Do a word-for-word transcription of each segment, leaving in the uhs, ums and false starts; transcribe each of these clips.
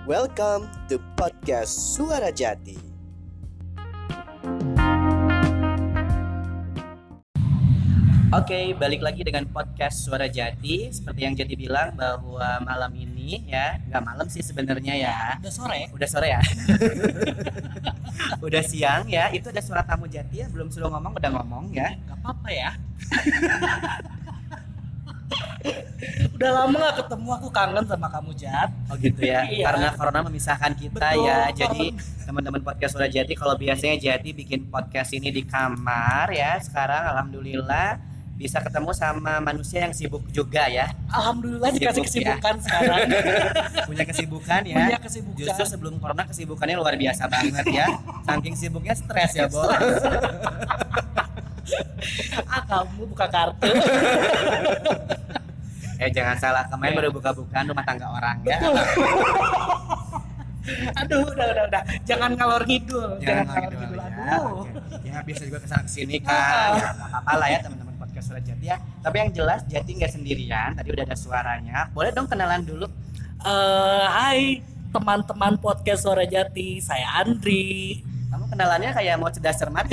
Welcome to podcast Suara Jati. Oke, balik lagi dengan podcast Suara Jati. Seperti yang Jati bilang bahwa malam ini ya, nggak malam sih sebenarnya ya. Udah sore. Udah sore ya. Udah siang ya. Itu ada suara tamu Jati ya. Belum suruh ngomong udah ngomong ya. Gak apa-apa ya. Udah lama gak ketemu, aku kangen sama kamu, Jat. Oh gitu ya. Iya. Karena corona memisahkan kita. Betul, ya. corona. Jadi teman-teman podcast Suara Jati, kalau biasanya Jati bikin podcast ini di kamar ya, sekarang alhamdulillah bisa ketemu sama manusia yang sibuk juga ya. Alhamdulillah dikasih Sibuk, kesibukan sekarang. Punya kesibukan ya. Punya kesibukan. Justru sebelum corona kesibukannya luar biasa banget ya. Saking sibuknya stres ya, Bo. Ah, kamu buka kartu. Eh jangan salah, kemarin baru buka-bukaan rumah tangga orang ya. Aduh, udah udah udah. Jangan ngalor ngidul. Jangan ngalor gitu ngidul. ya. Aduh. Oke. Ya biasa juga kesana kesini kan. Ya, nggak apa-apa lah ya teman-teman podcast Suara Jati ya. Tapi yang jelas Jati nggak sendirian. Tadi udah ada suaranya. Boleh dong kenalan dulu. Eh, hai teman-teman podcast Suara Jati, saya Andri. Kamu kenalannya kayak mau cerdas cermat.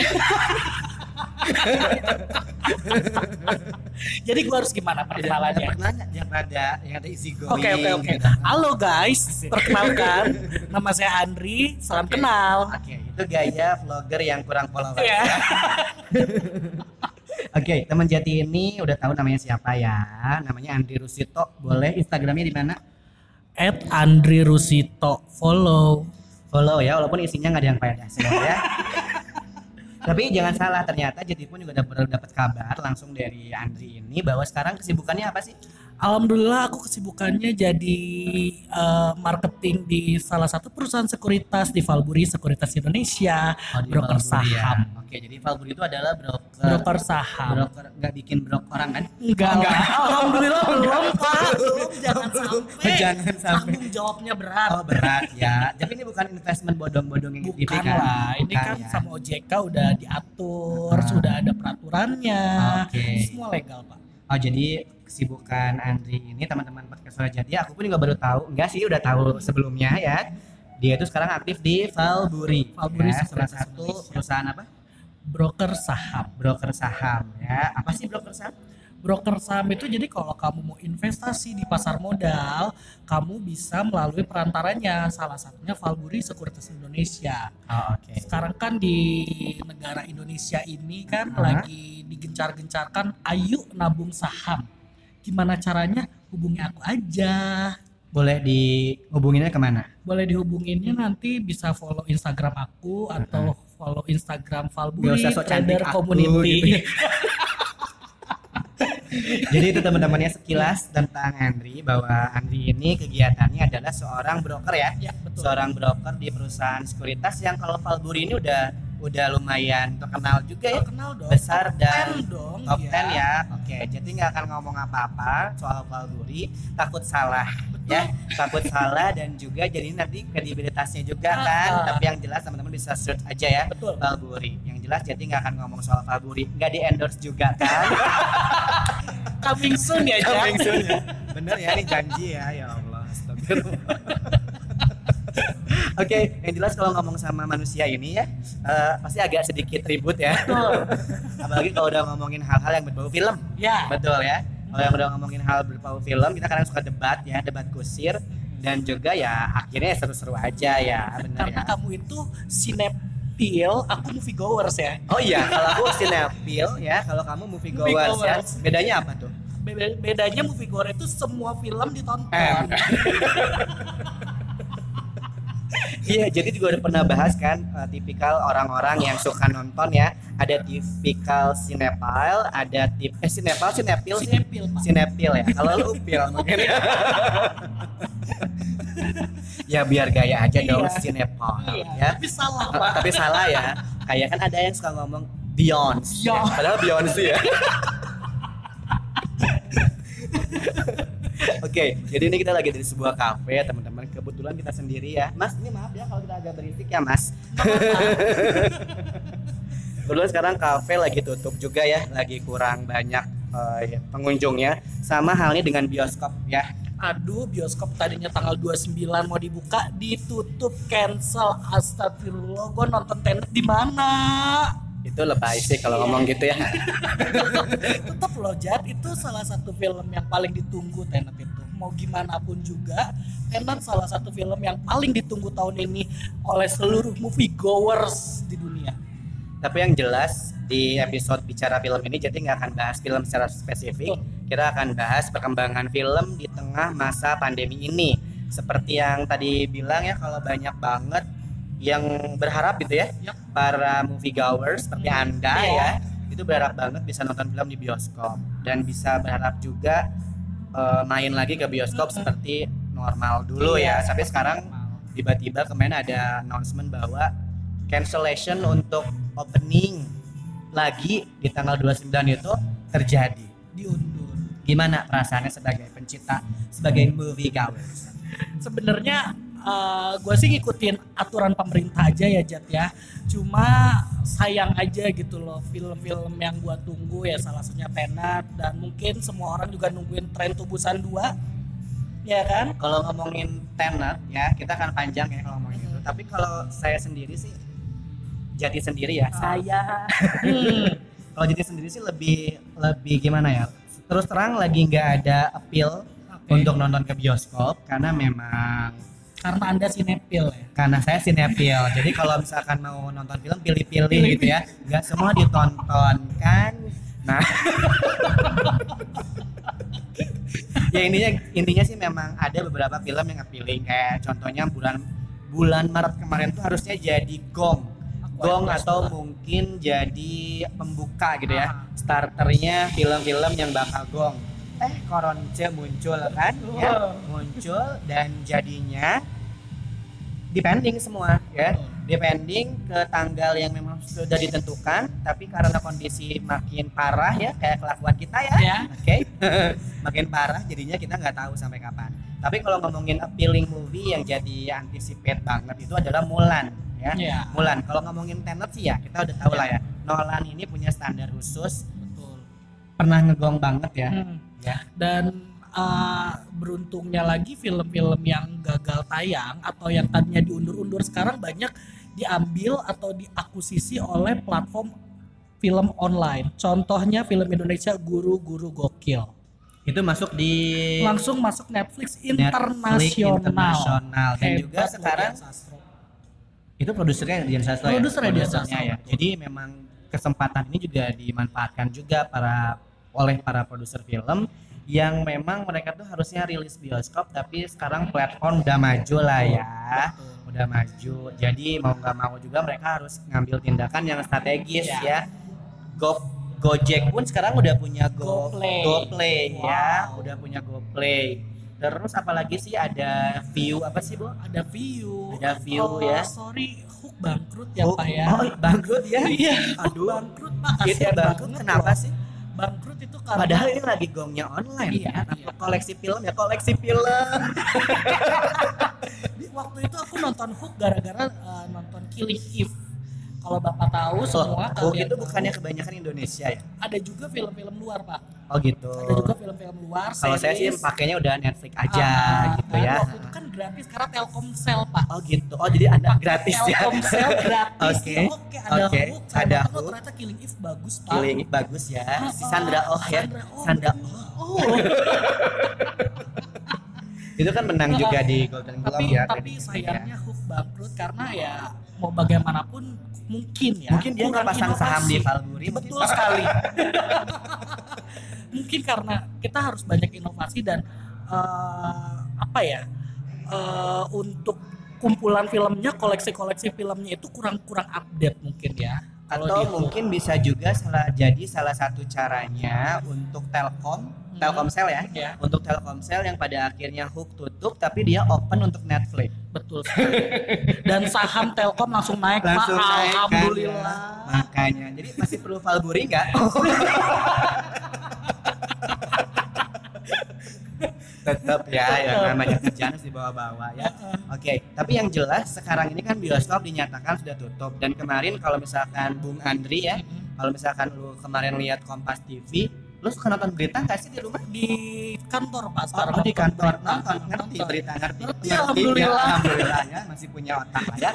Jadi gua harus gimana perkenalannya? Perkenalannya yang ada yang ada easy going. Oke oke oke. gitu. Halo guys, perkenalkan, nama saya Andri. Salam Oke. kenal. Oke, itu gaya vlogger yang kurang followers Ya. ya. Oke, teman Jati ini udah tahu namanya siapa ya? Namanya Andri Rusito. Boleh Instagramnya di mana? At Andri Rusito, follow. Follow ya, walaupun isinya nggak ada yang payah semua ya. Tapi jangan salah, ternyata Jati pun juga baru dapat kabar langsung dari Andri ini bahwa sekarang kesibukannya apa sih? Alhamdulillah aku kesibukannya jadi eh, marketing di salah satu perusahaan sekuritas di Valburi Sekuritas Indonesia, Oh, di broker Valburi ya. saham. Oke, jadi Valburi itu adalah broker. Broker saham. Broker nggak bikin brok orang kan? Enggak lah. Alhamdulillah belum Pak. Belum, jangan sampai. Jangan sampai. Tanggung jawabnya berat. Oh berat ya. Tapi ini bukan investment bodong-bodong yang di T V Bukan kan? lah, ini Bukan kan ya. sama O J K udah diatur, Ah. sudah ada peraturannya, Oke. semua legal Pak. Oh jadi kesibukan Andri ini teman-teman podcast Suara Jati, aku pun juga baru tahu. Enggak sih, udah tahu sebelumnya ya. Dia itu sekarang aktif di Valburi. Valburi ya, salah Sekuritas satu Indonesia. perusahaan apa? Broker saham. Broker saham ya. Apa sih broker saham? Broker saham itu jadi kalau kamu mau investasi di pasar modal, kamu bisa melalui perantaranya, salah satunya Valburi Sekuritas Indonesia. Oh oke. Sekarang kan di negara Indonesia ini kan Hah? lagi digencar-gencarkan, ayo nabung saham. Gimana caranya? Hubungi aku aja. Boleh dihubunginnya kemana? Boleh dihubunginnya nanti bisa follow Instagram aku atau follow Instagram Valburi Nggak usah sok cantik Trader aku, Community. gitu ya. Jadi itu teman-temannya sekilas tentang Andri, bahwa Andri ini kegiatannya adalah seorang broker ya. Ya, betul. Seorang broker di perusahaan sekuritas yang kalau Valburi ini udah udah lumayan terkenal juga ya. Kenal dong. Besar Top dan ten dong. top ya. ten ya. Oke, jadi nggak akan ngomong apa-apa soal Valburi, takut salah ya, takut salah dan juga jadi nanti kredibilitasnya juga kan. Ah. Tapi yang jelas teman-teman bisa search aja ya. Betul. Valburi. Yang jelas jadi nggak akan ngomong soal Valburi, nggak di endorse juga kan. Coming soon ya, Jack. Coming soon ya. Bener ya, ini janji ya, ya Allah. Astagfirullah. Oke, yang jelas kalau ngomong sama manusia ini ya, eh, pasti agak sedikit ribut ya. Betul. Apalagi kalau udah ngomongin hal-hal yang berbau film. Ya. Betul ya. Kalau yang udah ngomongin hal berbau film, kita kadang suka debat ya, debat kusir. Dan juga ya akhirnya seru-seru aja ya, benar Karena ya. kamu itu sinepil, aku movie goers ya. Oh iya, kalau aku sinepil ya, kalau kamu movie Movie goers ya. goers. Bedanya apa tuh? Be- Bedanya movie goer itu semua film ditonton. Eh. Iya, jadi juga udah pernah bahas kan uh, tipikal orang-orang yang suka nonton ya. Ada tipikal cinephile, ada tip eh cinephile, cinepil, sih? Sinepil, Pak. Cinepil ya. Kalau lu upil mungkin. Ya biar gaya aja dong Iya. cinephile Iya, ya. tapi salah, Uh, Pak. tapi salah ya. Kayak kan ada yang suka ngomong Beyonce. Ya. Beyonce. Padahal Beyonce ya. Oke, jadi ini kita lagi di sebuah kafe ya teman-teman. Kebetulan kita sendiri ya. Mas, ini maaf ya kalau kita agak berisik ya Mas. Kebetulan sekarang kafe lagi tutup juga ya, lagi kurang banyak eh, pengunjungnya. Sama halnya dengan bioskop ya. Aduh, bioskop tadinya tanggal dua puluh sembilan mau dibuka, ditutup, cancel. Astagfirullah, gue nonton Tenet di mana? Itu lebay sih kalau ngomong gitu ya. Tetap loh, Jad, itu salah satu film yang paling ditunggu Tenet itu. Mau gimana pun juga, Tenet salah satu film yang paling ditunggu tahun ini oleh seluruh movie goers di dunia. Tapi yang jelas di episode bicara film ini jadi nggak akan bahas film secara spesifik. Kita akan bahas perkembangan film di tengah masa pandemi ini. Seperti yang tadi bilang ya, kalau banyak banget yang berharap gitu ya, Yap. para movie goers seperti Anda Iya. ya, itu berharap banget bisa nonton film di bioskop dan bisa berharap juga uh, main lagi ke bioskop seperti normal dulu ya. Sampai sekarang tiba-tiba kemarin ada announcement bahwa cancellation untuk opening lagi di tanggal dua puluh sembilan itu terjadi. Diundur. Gimana perasaannya sebagai pencipta, sebagai movie goers? Sebenarnya uh, gue sih ngikutin aturan pemerintah aja ya, Jat ya. Cuma sayang aja gitu loh, film-film yang gue tunggu ya salah satunya Tenet, dan mungkin semua orang juga nungguin Tren to Busan dua, ya kan? Kalau ngomongin Tenet ya, kita akan panjang ya kalau ngomongin itu. Tapi kalau saya sendiri sih, Jati sendiri ya, Ah. saya hmm, kalau Jati sendiri sih lebih lebih gimana ya? Terus terang lagi nggak ada appeal Oke. untuk nonton ke bioskop karena memang Karena Anda sinepil ya. karena saya sinepil. Jadi kalau misalkan mau nonton film pilih-pilih gitu ya, nggak semua ditonton kan. Nah, ya intinya intinya sih memang ada beberapa film yang appealing, kayak contohnya bulan bulan Maret kemarin tuh harusnya jadi Gong. Gong atau mungkin jadi pembuka gitu ya, Ah. starternya film-film yang bakal gong. Eh, Koronce muncul kan ya, Wow. muncul dan jadinya depending semua ya, depending ke tanggal yang memang sudah ditentukan, tapi karena kondisi makin parah ya, kayak kelakuan kita ya, Ya. oke, makin parah jadinya kita nggak tahu sampai kapan. Tapi kalau ngomongin appealing movie yang jadi anticipate banget itu adalah Mulan ya. Ya. Mulan. Kalau ngomongin Tenet sih ya kita udah tahu lah ya. Nolan ini punya standar khusus, Betul. pernah ngegong banget ya. Hmm. Ya. Dan uh, beruntungnya lagi film-film yang gagal tayang atau yang tadinya diundur-undur sekarang banyak diambil atau diakuisisi oleh platform film online. Contohnya film Indonesia Guru-Guru Gokil. Itu masuk di Langsung masuk Netflix Netflix internasional. internasional. Dan juga Hebat sekarang Dian Sastro. itu produsernya Dian Sastro ya. Produsernya Dian Produsernya Sastro, ya. betul. Jadi memang kesempatan ini juga dimanfaatkan juga para oleh para produser film yang memang mereka tuh harusnya rilis bioskop, tapi sekarang platform udah maju lah ya. Betul. Udah maju, jadi mau nggak mau juga mereka harus ngambil tindakan yang strategis Ya. ya. Go Gojek pun sekarang udah punya Go GoPlay. GoPlay ya, Wow. udah punya GoPlay. Terus apalagi sih ada View apa sih Bu? Ada View. Ada View Oh, ya. Sorry, Hook bangkrut ya Oh, Pak ya. oh, bangkrut ya? Iya, Aduh. bangkrut Pak. Gitu ya, Kasihan bangkrut banget kenapa loh. sih? Bangkrut itu karena Padahal ini lagi gongnya online Iya, kan? Apa iya. koleksi film ya, koleksi film. di- waktu itu aku nonton Hook gara-gara uh, nonton Killing Eve. Kalau Bapak tahu semua Hook kalian itu tahu, bukannya kebanyakan Indonesia ya? ada juga film-film luar Pak. Oh gitu. Ada juga film-film luar. Kalau saya sih series. pakainya udah Netflix aja Ah, gitu kan ya. Waktu itu kan gratis karena Telkomsel Pak. Oh gitu. Oh jadi Anda gratis ya. Telkomsel gratis. Oke. Ya, Oke, ada Oke. Hook. Saya Ada nonton, oh, Hook. ternyata Killing Eve bagus Pak. Killing Eve bagus ya. Ah, Si ah, Sandra Oh ya. Sandra Oh. Sandra Oh. Oh. Itu kan menang juga di Golden Globe tapi ya. tapi tadi. sayangnya Hook bangkrut karena ya mau bagaimanapun mungkin ya Mungkin dia nggak kurang pasang saham inovasi. di Valburi. Betul sekali. Mungkin karena kita harus banyak inovasi dan eh, apa ya eh, untuk kumpulan filmnya, koleksi-koleksi filmnya itu kurang-kurang update mungkin ya. Kalau Atau di Hook. mungkin bisa juga salah jadi salah satu caranya untuk Telkom, Telkomsel ya. Ya, Untuk Telkomsel yang pada akhirnya Hook tutup tapi dia open untuk Netflix. betul sekali. Dan saham Telkom langsung naik Langsung Pak. naik kan, Alhamdulillah. ya. Makanya. Jadi masih perlu Valburi enggak? Tetap ya, yang namanya kerjaan harus dibawa-bawa ya. Oke, tapi yang jelas sekarang ini kan bioskop dinyatakan sudah tutup, dan kemarin kalau misalkan Bung Andri ya, kalau misalkan lu kemarin lihat Kompas T V Lu suka nonton berita nggak sih di rumah? Di kantor Pak sekarang. Oh, di kantor berita. nonton, ngerti Nonton. berita, ngerti. Ngerti, Ya, alhamdulillah. alhamdulillah ya, masih punya otak lah ya.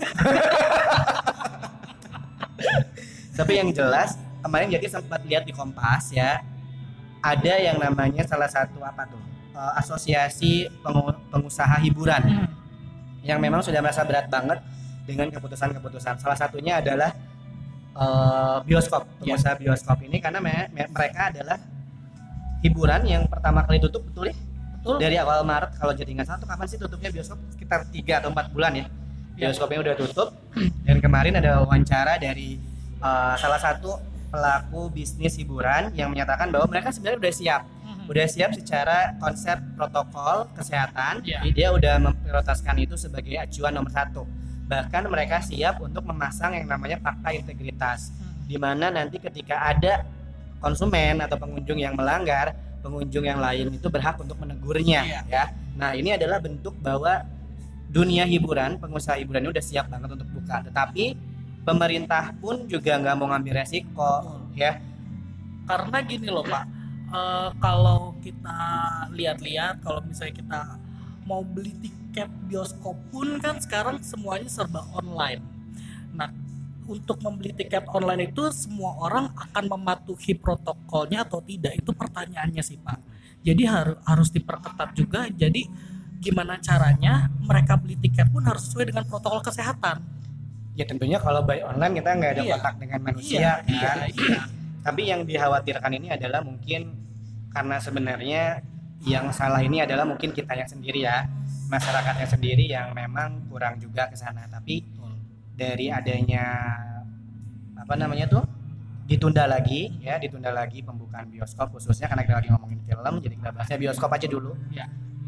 Tapi yang jelas kemarin jadi sempat lihat di Kompas ya, ada yang namanya salah satu apa tuh eh, asosiasi pengu- pengusaha hiburan Hmm. yang memang sudah merasa berat banget dengan keputusan-keputusan. Salah satunya adalah eh, bioskop, pengusaha bioskop ini karena me- me- mereka adalah hiburan yang pertama kali tutup, betul ya? Betul. Dari awal Maret kalau jadi nggak salah tuh kapan sih tutupnya bioskop? Sekitar tiga atau empat bulan ya. Bioskopnya udah tutup dan kemarin ada wawancara dari uh, salah satu pelaku bisnis hiburan yang menyatakan bahwa mereka sebenarnya udah siap. Hmm. Udah siap secara konsep protokol kesehatan. Ya. Jadi dia udah memprioritaskan itu sebagai acuan nomor satu. Bahkan mereka siap untuk memasang yang namanya fakta integritas. Hmm. Di mana nanti ketika ada konsumen atau pengunjung yang melanggar, pengunjung yang lain itu berhak untuk menegurnya. Iya. Ya. Nah ini adalah bentuk bahwa dunia hiburan, pengusaha hiburan ini udah siap banget untuk buka. Tetapi pemerintah pun juga nggak mau ngambil resiko, ya. Karena gini loh Pak, eh, kalau kita lihat-lihat, kalau misalnya kita mau beli tiket bioskop pun kan sekarang semuanya serba online. Nah, untuk membeli tiket online itu semua orang akan mematuhi protokolnya atau tidak, itu pertanyaannya sih Pak. Jadi har- harus diperketat juga. Jadi gimana caranya mereka beli tiket pun harus sesuai dengan protokol kesehatan. Ya tentunya kalau buy online kita nggak ada Iya. kontak dengan manusia, Iya, kan? iya, iya. Tapi yang dikhawatirkan ini adalah mungkin karena sebenarnya yang salah ini adalah mungkin kita yang sendiri ya, masyarakatnya sendiri yang memang kurang juga ke sana. Tapi dari adanya apa namanya tuh ditunda lagi ya, ditunda lagi pembukaan bioskop khususnya karena kita lagi ngomongin film, jadi kita bahasnya bioskop aja dulu. Ya.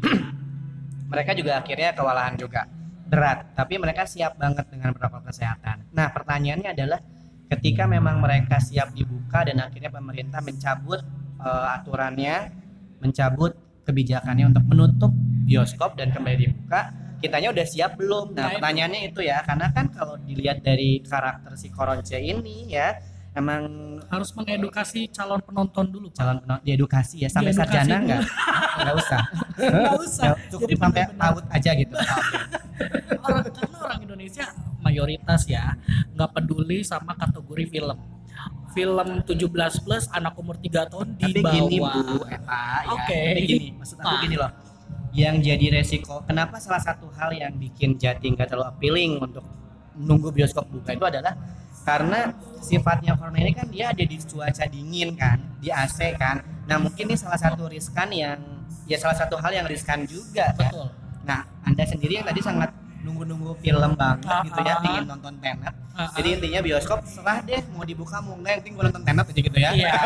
Mereka juga akhirnya kewalahan juga, berat, tapi mereka siap banget dengan protokol kesehatan. Nah pertanyaannya adalah ketika memang mereka siap dibuka dan akhirnya pemerintah mencabut uh, aturannya, mencabut kebijakannya untuk menutup bioskop dan kembali dibuka, kitanya udah siap belum? Nah, Nah, itu. pertanyaannya itu ya, karena kan kalau dilihat dari karakter si Koronce ini ya, emang Harus mengedukasi calon penonton dulu Pak. calon penonton diedukasi ya, sampai Diedukasi sarjana dulu. enggak? Enggak usah. Nggak usah. Ya, cukup Jadi sampai benar-benar. PAUD aja gitu. orang karena orang Indonesia mayoritas ya nggak peduli sama kategori film. Film tujuh belas plus anak umur tiga tahun di Tapi bawah. gini Bu Eva ya. Oke. Tapi gini, maksud aku Nah. gini loh. Yang jadi resiko, kenapa salah satu hal yang bikin Jatim gak terlalu appealing untuk menunggu bioskop buka itu adalah karena sifatnya corona ini kan dia ada di cuaca dingin kan, di A C kan. Nah mungkin ini salah satu riskan yang ya salah satu hal yang riskan juga kan. Betul. Nah Anda sendiri yang tadi sangat nunggu-nunggu film banget Ah, gitu ya, ah. ingin nonton Tenet. Ah, ah. Jadi intinya bioskop serah deh mau dibuka mau enggak, yang penting gue nonton Tenet aja gitu ya. Iya.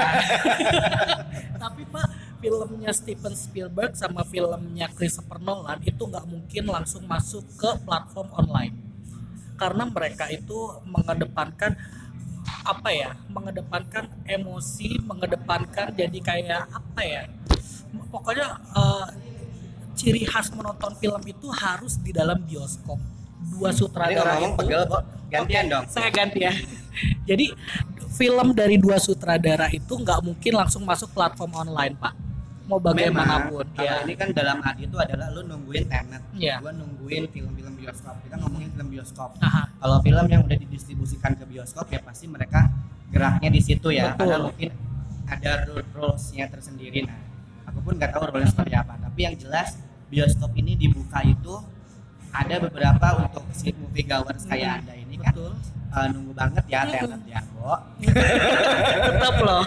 Tapi Pak, filmnya Steven Spielberg sama filmnya Christopher Nolan itu nggak mungkin langsung masuk ke platform online. Karena mereka itu mengedepankan apa ya? Mengedepankan emosi, mengedepankan jadi kayak apa ya? Pokoknya eh, ciri khas menonton film itu harus di dalam bioskop. Dua Jadi sutradara ngomong itu pegel kok, gantian Oke, dong. Saya ganti ya. Jadi film dari dua sutradara itu nggak mungkin langsung masuk platform online, Pak. Mau bagaimanapun. Memang, kalau ini kan dalam arti itu adalah lu nungguin Tenet, Iya. gua nungguin film-film bioskop. Kita ngomongin film bioskop. Aha. Kalau film yang udah didistribusikan ke bioskop ya pasti mereka geraknya di situ ya, Betul. karena mungkin ada rules-nya tersendiri. Nah, aku pun nggak tahu rule seperti apa. Tapi yang jelas bioskop ini dibuka itu ada beberapa untuk si movie goers kayak Anda ini kan Betul. uh, nunggu banget ya Tenet ya, Bo. Tetap loh.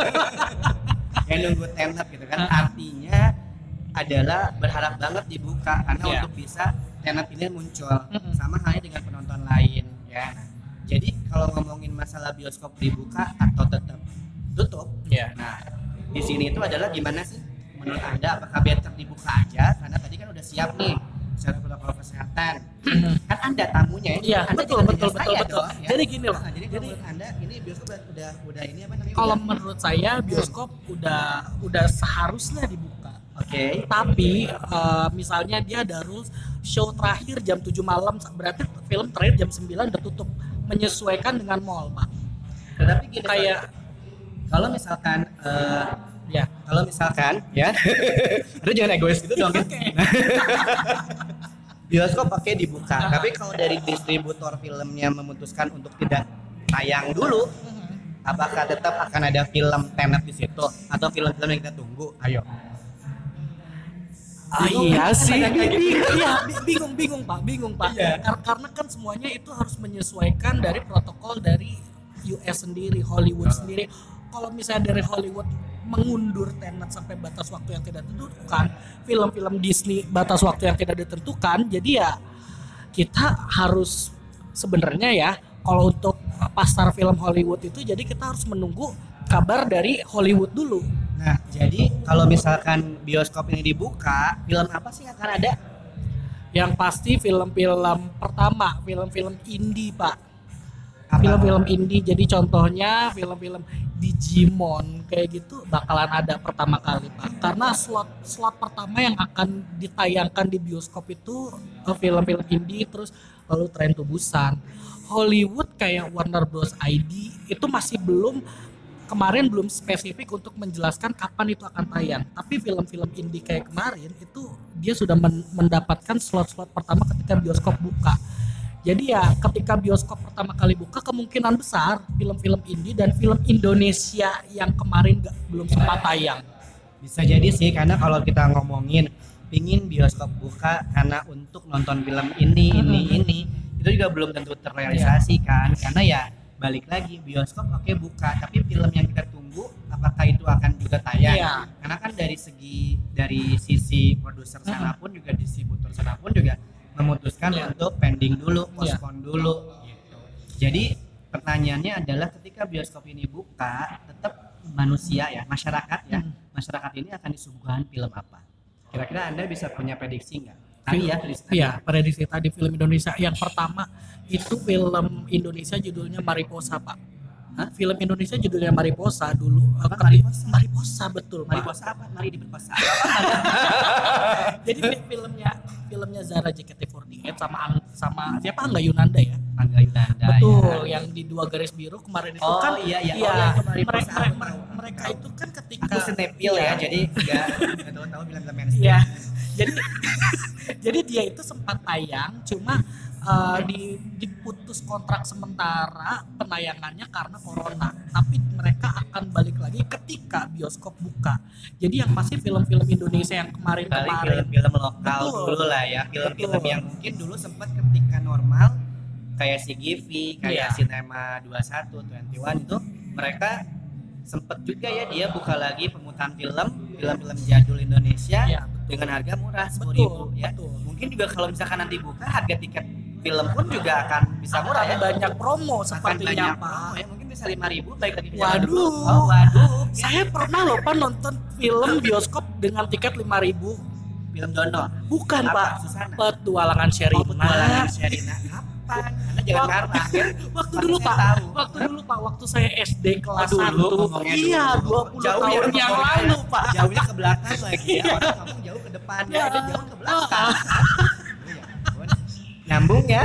Yang nunggu Tenet gitu kan, Ah. artinya adalah berharap banget dibuka karena Iya. untuk bisa Tenet ini muncul. Mm-mm. Sama halnya dengan penonton lain ya. Nah, jadi kalau ngomongin masalah bioskop dibuka atau tetap tutup, Ya. nah di sini itu adalah gimana sih menurut Anda, apakah better dibuka aja karena tadi kan udah siap nih secara protokol kesehatan. Kan Anda tamunya ya. Iya, Anda betul, tidak betul, punya betul, saya betul. dong, ya. Jadi gini loh. Nah, jadi, kalau Jadi menurut Anda ini bioskop udah udah, udah ini apa namanya? kalau udah- menurut saya bioskop udah udah seharusnya dibuka. Oke. Tapi eh, misalnya dia ada rules show terakhir jam tujuh malam, berarti film terakhir jam sembilan udah tutup, menyesuaikan dengan mall, Pak. Tetapi gini Kayak kalau misalkan eh, Ya. Kalau misalkan ya, ada jangan egois gitu dong. Bioskop oke dibuka, Nah. tapi kalau dari distributor filmnya memutuskan untuk tidak tayang dulu, apakah tetap akan ada film Tenet di situ atau film-film yang kita tunggu? Ayo. Ah, Bingung iya kan? sih, Kayak gitu. bingung, iya, bi- bingung, bingung pak, bingung pak. Iya. Kar- Karena kan semuanya itu harus menyesuaikan dari protokol dari U S sendiri, Hollywood sendiri. Kalau misalnya dari Hollywood mengundur Tenet sampai batas waktu yang tidak ditentukan, film-film Disney batas waktu yang tidak ditentukan, jadi ya kita harus sebenarnya ya, kalau untuk pasar film Hollywood itu, jadi kita harus menunggu kabar dari Hollywood dulu. Nah, jadi kalau misalkan bioskop ini dibuka, film apa sih yang akan ada? Yang pasti film-film pertama, film-film indie pak. Apa? Film-film indie, jadi contohnya film-film Digimon kayak gitu bakalan ada pertama kali pak. Karena slot slot pertama yang akan ditayangkan di bioskop itu eh, film-film indie, terus lalu Train to Busan. Hollywood kayak Warner Bros I D itu masih belum, kemarin belum spesifik untuk menjelaskan kapan itu akan tayang. Tapi film-film indie kayak kemarin itu dia sudah men- mendapatkan slot-slot pertama ketika bioskop buka. Jadi ya ketika bioskop pertama kali buka, kemungkinan besar film-film indie dan film Indonesia yang kemarin gak, belum sempat tayang. Bisa jadi sih, karena kalau kita ngomongin pingin bioskop buka karena untuk nonton film ini, ini, ini, itu juga belum tentu terrealisasi kan. Karena ya balik lagi, bioskop oke buka, tapi film yang kita tunggu apakah itu akan juga tayang? Iya. Karena kan dari segi dari sisi produser sana pun juga distributor sana pun juga memutuskan Iya. untuk pending dulu, Iya. postpone dulu gitu. Jadi pertanyaannya adalah ketika bioskop ini buka, tetap manusia ya, masyarakat ya, Hmm. masyarakat ini akan disuguhkan film apa? Kira-kira Anda bisa punya prediksi nggak? Tadi ya, prediksi tadi. Iya, prediksi tadi film Indonesia yang pertama itu film Indonesia judulnya Mariposa pak. Hah? Film Indonesia judulnya Mariposa dulu. Apa, Keti- Mariposa? Mariposa betul pak. Mariposa apa? Mari diperkosa. Jadi fi- filmnya filmnya Zara J K T empat delapan sama Ang- sama siapa Angga Yunanda ya. Angga Yunanda. Betul, ya. yang di dua garis biru kemarin itu Oh, kan. iya, iya. Oh, Iya, yang kemarin mereka, pas aku mereka, tahu. mereka itu kan ketika Aku senepil Iya. ya, jadi nggak nggak tahu-tahu bilang-bilang mainstream. Iya. Jadi jadi dia itu sempat tayang, cuma uh, di, diputus kontrak sementara penayangannya karena corona. Tapi mereka akan balik lagi ketika bioskop buka. Jadi yang pasti film-film Indonesia yang Kali kemarin-kemarin. film-film lokal Betul. dulu lah ya, film-film Betul. yang mungkin dulu sempat ketika normal kayak C G V, kayak Iya. Cinema dua puluh satu, dua puluh satu itu mereka sempet juga ya dia buka lagi pemutaan film, film-film jadul Indonesia Iya, betul. dengan harga murah sepuluh Betul, ribu ya. betul. Mungkin juga kalau misalkan nanti buka harga tiket film pun juga akan bisa murah ya. Akan banyak promo Akan sepertinya banyak Pak. promo ya, mungkin bisa lima ribu baik lagi di zaman Waduh. dulu. Oh, waduh. Saya pernah loh Pak nonton film bioskop dengan tiket lima ribu. Film Dono. Bukan Apa? Pak, Susana. Petualangan Oh, Sherina. petualangan Sherina. Kapan? Anda jangan Waktu- marah ya. Waktu Kan dulu saya Pak, tahu. waktu dulu Pak, waktu saya S D kelas Oh, dulu, satu. ngomongnya Iya, dulu. dua puluh Jauh ya, tahun yang ngomongnya lalu ya. Pak. Jauhnya ke belakang lagi ya. Orang ngomong jauh ke depan ya, Ya. ada jauh ke belakang. Iya, ampun. Nyambung ya.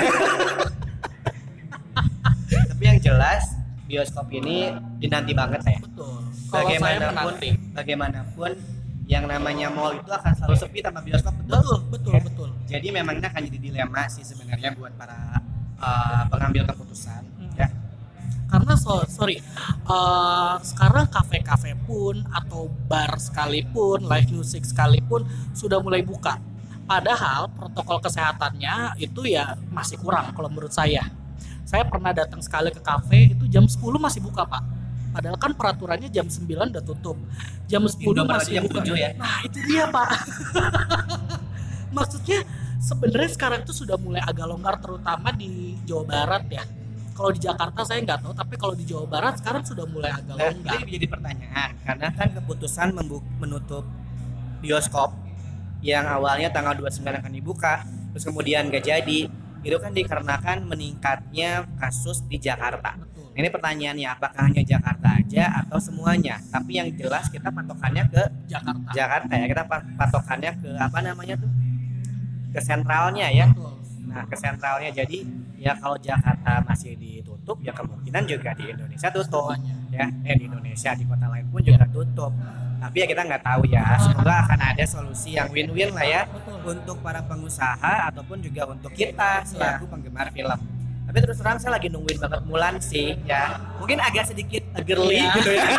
Tapi yang jelas bioskop ini dinanti banget ya. Betul. Kalau saya Bagaimanapun, menanti. bagaimanapun yang namanya mall itu akan selalu sepi tanpa bioskop, betul? Betul, betul, Ya. betul. Jadi memang ini akan jadi dilema sih sebenarnya buat para uh, pengambil keputusan. Ya. Karena so, sorry, eh, sekarang kafe-kafe pun atau bar sekalipun, live music sekalipun sudah mulai buka. Padahal protokol kesehatannya itu ya masih kurang kalau menurut saya. Saya pernah datang sekali ke kafe itu jam sepuluh masih buka Pak. Padahal kan peraturannya jam sembilan udah tutup. Jam sepuluh Indomaret masih jam buka. tujuh ya? Nah itu dia Pak. Maksudnya sebenarnya sekarang itu sudah mulai agak longgar terutama di Jawa Barat ya. Kalau di Jakarta saya nggak tahu, tapi kalau di Jawa Barat sekarang sudah mulai agak Nah, longgar. ini jadi pertanyaan karena kan keputusan membu- menutup bioskop yang awalnya tanggal dua puluh sembilan akan dibuka terus kemudian gak jadi, itu kan dikarenakan meningkatnya kasus di Jakarta. Betul. Nah, ini pertanyaannya apakah hanya Jakarta aja atau semuanya? Tapi yang jelas kita patokannya ke Jakarta. Jakarta ya, kita pa- patokannya ke apa namanya tuh? Ke sentralnya ya. Betul. Nah, ke sentralnya, jadi ya kalau Jakarta masih ditutup ya kemungkinan juga di Indonesia tutup. Semuanya. ya, eh di Indonesia di kota lain pun juga tutup. Tapi ya kita nggak tahu ya. Semoga akan ada solusi yang win-win lah ya untuk para pengusaha ataupun juga untuk kita selaku penggemar film. Tapi terus terang saya lagi nungguin banget Mulan sih ya. Mungkin agak sedikit girly Iya. gitu ya.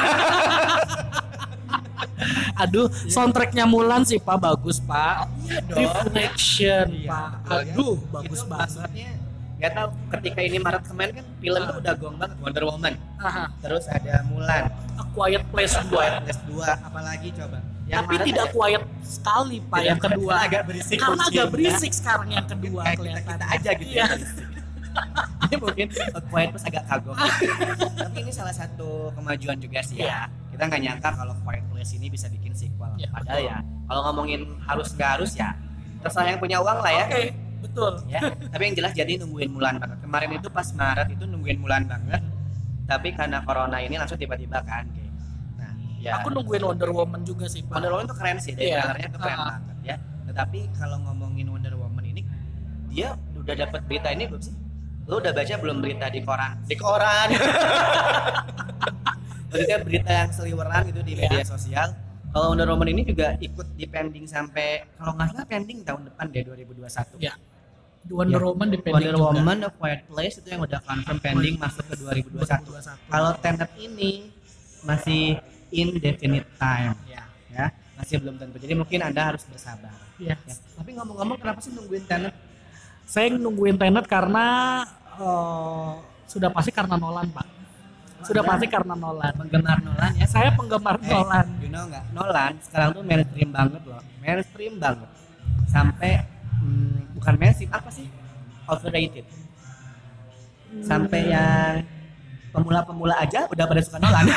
Aduh, soundtracknya Mulan sih Pak, bagus Pak. Iya dong. Reflection Iya, Pak. betul ya. Aduh, bagus Itu banget. maksudnya nggak tahu ketika ini Maret kemarin kan film tuh udah gong banget, Wonder Woman. Aha. Terus ada Mulan, A Quiet Place dua. Plus dua, apalagi coba. Tapi Maret tidak ada- quiet sekali Pak Tidak yang quiet, kedua. agak berisik Karena kucing, agak ya. berisik sekarang yang kedua kayak kita, kelihatan. kita aja gitu Iya. ya. Ini mungkin A Quiet Place agak kagok. Tapi ini salah satu kemajuan juga sih ya. Iya. Kita nggak nyangka kalau Quiet Place ini bisa bikin sequel. Iya, Padahal betul. ya, kalau ngomongin harus nggak harus ya, terserah yang punya uang lah ya. Oke, betul. Ya. Tapi yang jelas jadi nungguin Mulan banget. Kemarin itu pas Maret itu nungguin Mulan banget. Tapi karena corona ini langsung tiba-tiba kan kayak. Nah, ya. Aku nungguin Wonder Woman juga sih Pak. Wonder Woman tuh keren sih, dari Iya. trailernya tuh keren Ah. banget ya. Tetapi kalau ngomongin Wonder Woman ini, dia udah dapat berita ini belum sih? Lo udah baca belum berita di koran? Di koran. Maksudnya berita yang seliweran gitu di Iya. media sosial. Kalau Wonder Woman ini juga ikut di pending sampai kalau nggak salah pending tahun depan deh dua ribu dua puluh satu. Ya. Wonder Ya. Woman depending Wonder juga. Woman A Quiet Place itu yang udah confirm pending masuk ke dua ribu dua puluh satu. dua ribu dua puluh satu. Kalau Tenet ini masih indefinite time Ya. ya, masih belum tentu. Jadi mungkin Anda harus bersabar. Ya. Ya. Tapi ngomong-ngomong kenapa sih nungguin Tenet? Saya nungguin Tenet karena eh, sudah pasti karena Nolan Pak. Sudah Anda pasti karena Nolan. penggemar Nolan ya. Saya penggemar Eh, Nolan. You know nggak? Nolan sekarang tuh mainstream banget loh. Mainstream banget. Sampai hmm, bukan mainstream apa sih? Overrated. Sampai yang pemula-pemula aja udah pada suka Nolan.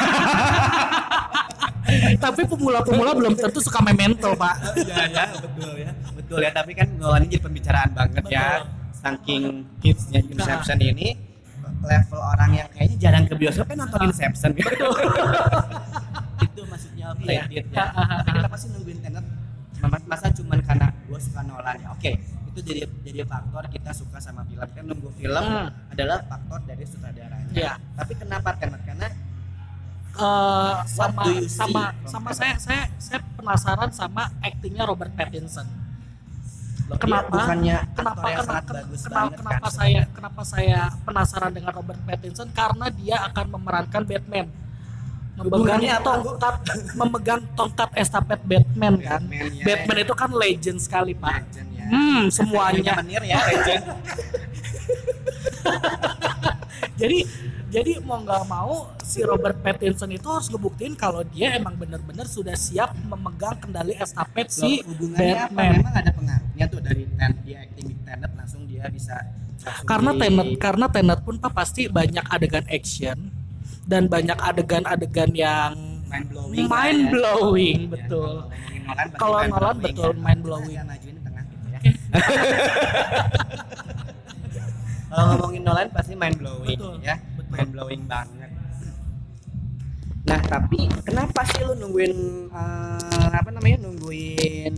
Tapi pemula-pemula belum tentu suka Memento Pak. Iya ya, betul ya. Betul ya, tapi kan Nolan ini jadi pembicaraan banget ya. Betul. Saking hitsnya Inception ini, level orang yang kayaknya jarang ke bioskop kan nonton Inception gitu. Itu maksudnya overrated ya. Tapi kenapa sih nungguin Tenet? Masa cuman karena gue suka Nolan ya? Oke, itu jadi jadi faktor kita suka sama film. Kan nunggu film Hmm. adalah faktor dari sutradaranya. Iya. Tapi kenapa Tenet? Karena Eh, sama do you see sama from sama Tenet? saya saya saya penasaran sama aktingnya Robert Pattinson. loh, Kenapa? dia bukannya Kenapa aktor yang kenapa sangat kenapa, bagus kenapa, banget kenapa kan? saya kenapa saya penasaran dengan Robert Pattinson karena dia akan memerankan Batman. Memegang Hubungannya apa? tongkat memegang tongkat estafet Batman kan. Batman, ya. Batman itu kan legend sekali, Pak. Legend ya. Hmm, semuanya. Menir ya, legend. Jadi jadi mau nggak mau si Robert Pattinson itu harus ngebuktiin kalau dia emang benar-benar sudah siap memegang kendali estafet si Loh, hubungannya apa? Batman. Memang ada pengaruhnya tuh dari Tenet, dia acting di Tenet langsung dia bisa langsung Karena di- Tenet karena Tenet pun Pak pasti banyak adegan action dan banyak adegan-adegan yang mind blowing. mind blowing, Ya, betul. kalau ngomongin Nolan pasti Kalau Nolan mind-blowing betul ya. mind blowing. Saya majuin di tengah gitu ya. Kalau ngomongin Nolan pasti mind blowing Betul, ya, betul. mind blowing banget. Nah tapi kenapa sih lu nungguin eh, apa namanya nungguin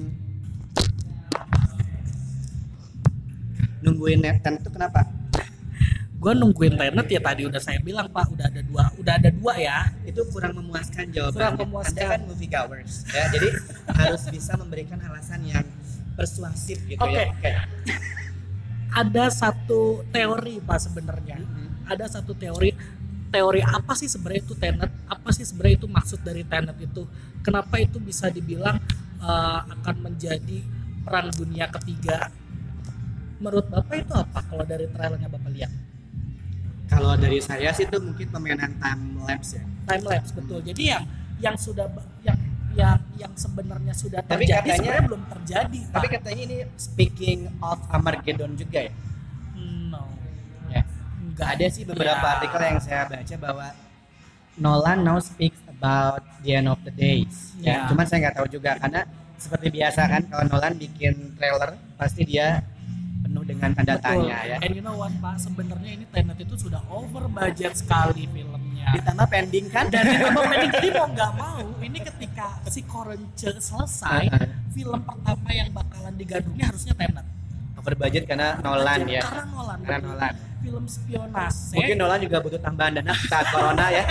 nungguin Nathan itu kenapa? Gue nungguin Tenet ya tadi udah saya bilang Pak udah ada dua udah ada dua ya. Itu kurang memuaskan jawabannya. Kurang memuaskan. Anda kan movie goers ya, jadi harus bisa memberikan alasan yang persuasif gitu Oke. ya. Oke. Ada satu teori Pak sebenarnya. Ada satu teori teori apa sih sebenarnya itu Tenet? Apa sih sebenarnya itu maksud dari Tenet itu? Kenapa itu bisa dibilang eh, akan menjadi perang dunia ketiga? Menurut Bapak itu apa kalau dari trailernya Bapak lihat? Kalau dari saya sih itu mungkin permainan time lapse ya. Time lapse betul. Jadi yang yang sudah yang yang yang sebenarnya sudah Tapi terjadi katanya- sebenarnya belum terjadi. Tapi Pak. katanya ini speaking of Armageddon juga ya. no. Ya. Enggak Ada sih beberapa Ya. artikel yang saya baca bahwa Nolan now speaks about the end of the days. Ya, Ya. cuman saya nggak tahu juga karena seperti biasa kan kalau Nolan bikin trailer pasti dia penuh dengan tanda Betul. tanya ya. And you know what Pak, sebenarnya ini Tenet itu sudah over budget sekali filmnya. Ditambah pending kan? Dan ditambah pending, jadi mau nggak mau, ini ketika si Korence selesai, Uh-uh. film pertama yang bakalan digandrungi harusnya Tenet. Over budget karena Nolan ya. Karena Nolan. Karena betul. Nolan. film spionase. Mungkin Nolan juga butuh tambahan dana saat corona ya.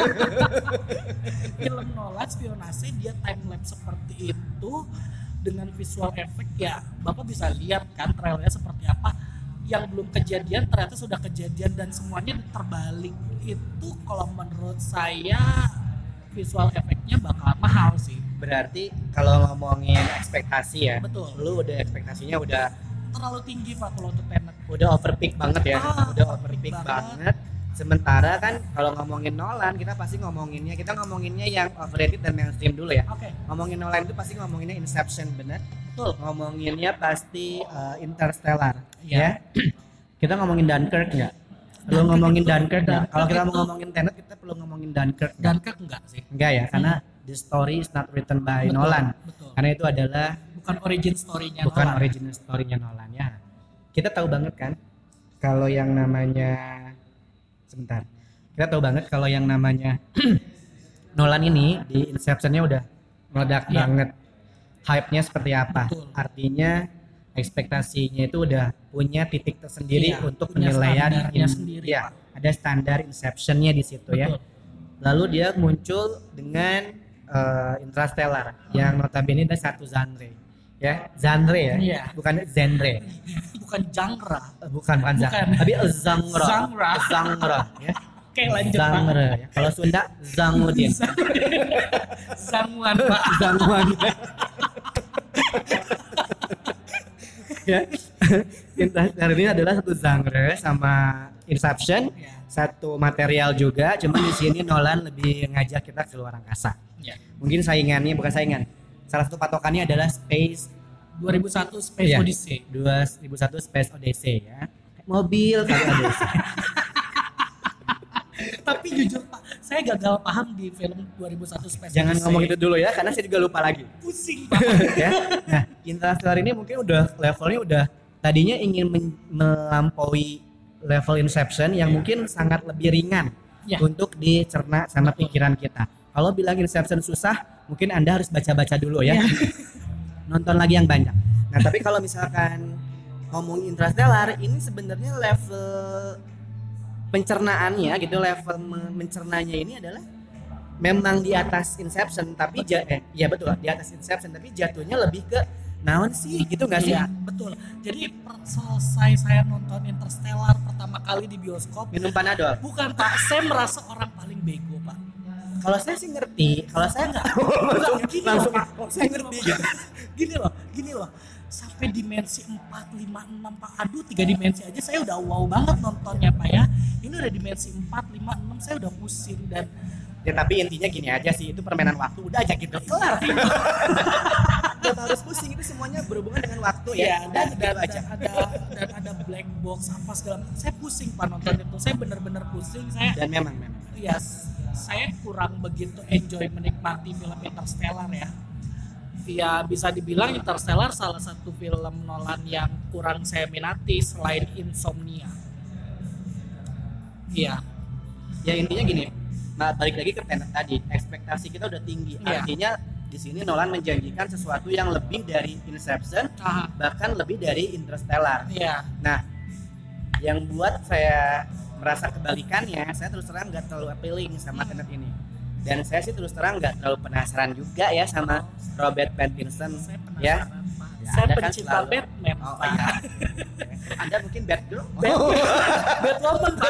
Film Nolan spionase dia time lapse seperti itu dengan visual effect ya. Bapak bisa lihat kan trailernya seperti apa. Yang belum kejadian ternyata sudah kejadian dan semuanya terbalik. Itu kalau menurut saya visual efeknya bakal mahal sih. Berarti kalau ngomongin ekspektasi ya, Betul. lu udah ekspektasinya udah Terlalu tinggi Pak kalau untuk Tenet. udah overpeak banget ya, Ah, udah overpeak overpeak banget. banget. Sementara kan kalau ngomongin Nolan kita pasti ngomonginnya kita ngomonginnya yang overrated dan mainstream dulu ya. Oke, Ngomongin Nolan itu pasti ngomonginnya Inception, bener? betul. Ngomonginnya pasti uh, Interstellar, Iya. ya. Kita ngomongin Dunkirk nggak? Perlu Dunkirk ngomongin itu- Dunkirk nggak? Dunkirk Kalau kita mau itu- ngomongin Tenet kita perlu ngomongin Dunkirk nggak? Dunkirk enggak sih? Enggak ya, karena the story is not written by Betul, Nolan. Betul. Karena itu adalah Bukan origin story-nya bukan Nolan. original story-nya Nolan ya. Kita tahu banget kan kalau yang namanya sebentar. Kita tahu banget kalau yang namanya Nolan ini di Inception-nya udah meledak Iya. banget. Hype-nya seperti apa? Betul. Artinya ekspektasinya itu udah punya titik tersendiri Iya, untuk punya penilaian standarnya in- sendiri, ya, Pak. ada standar Inception-nya di situ ya. Betul. Lalu dia muncul dengan uh, Interstellar yang notabene ada satu genre ya, genre ya, Iya. bukan genre. Bukan genre. Eh, bukan bukan genre, Bukan. tapi genre. Genre. Genre ya. Oke, lanjut Pak. Genre ya. Kalau Sunda Zangudin. Zangwan Pak. Zangwan. Ya. Interstellar ini adalah satu genre sama Inception, Ya. satu material juga, cuman di sini Nolan lebih ngajak kita ke luar angkasa. Ya. Mungkin saingannya bukan saingan. Salah satu patokannya adalah Space dua ribu satu Space Iya. Odyssey. dua ribu satu Space Odyssey ya. Mobil kali Odyssey. Tapi jujur Pak, saya gagal paham di film dua ribu satu Space Jangan Odyssey. ngomong itu dulu ya, karena saya juga lupa lagi. Pusing Pak. Ya. Nah, Interstellar ini mungkin udah levelnya udah tadinya ingin men- melampaui level Inception yang mungkin sangat lebih ringan Ya. untuk dicerna sama pikiran kita. Kalau bilang Inception susah, mungkin Anda harus baca-baca dulu ya. Ya. Nonton lagi yang banyak. Nah, tapi kalau misalkan ngomong Interstellar, ini sebenarnya level pencernaannya gitu, level me- mencernanya ini adalah memang di atas Inception, tapi ja- eh, ya betul di atas Inception, tapi jatuhnya lebih ke naon sih gitu nggak sih? Iya, betul. Jadi per- selesai saya nonton Interstellar pertama kali di bioskop, Minum Panadol. bukan Pak, saya merasa orang paling bego Pak. Kalau saya sih ngerti, kalau saya nggak Enggak, gini langsung loh, Pak. oh, saya ngerti gitu. Gini loh, gini loh. Sampai dimensi empat, lima, enam Pak. Aduh, tiga dimensi aja saya udah wow banget nontonnya Pak ya. Ini udah dimensi empat, lima, enam saya udah pusing dan Ya tapi intinya gini aja sih, itu permainan waktu, udah aja gitu. kelar. Gak harus pusing, itu semuanya berhubungan dengan waktu ya. Iya, dan, Udah, dan, gitu aja. dan ada dan ada black box apa segala macam. Saya pusing Pak nonton itu. Saya bener-bener pusing. Saya Dan memang memang. ya s- saya kurang begitu enjoy menikmati film Interstellar ya. Ya bisa dibilang Interstellar salah satu film Nolan yang kurang saya minati selain Insomnia. Iya, Ya intinya gini, nah, balik lagi ke Tenet tadi, ekspektasi kita udah tinggi. Iya. Artinya di sini Nolan menjanjikan sesuatu yang lebih dari Inception, ah, bahkan lebih dari Interstellar. iya, Nah, yang buat saya merasa kebalikannya, saya terus terang nggak terlalu appealing sama Tenet ini. Dan saya sih terus terang nggak terlalu penasaran juga ya sama Robert Pattinson. saya penasaran Ya. Pak. Ya, Saya Anda kan pencinta selalu- Batman Oh, Pak. iya. Anda mungkin Batgirl? Batwoman Pak.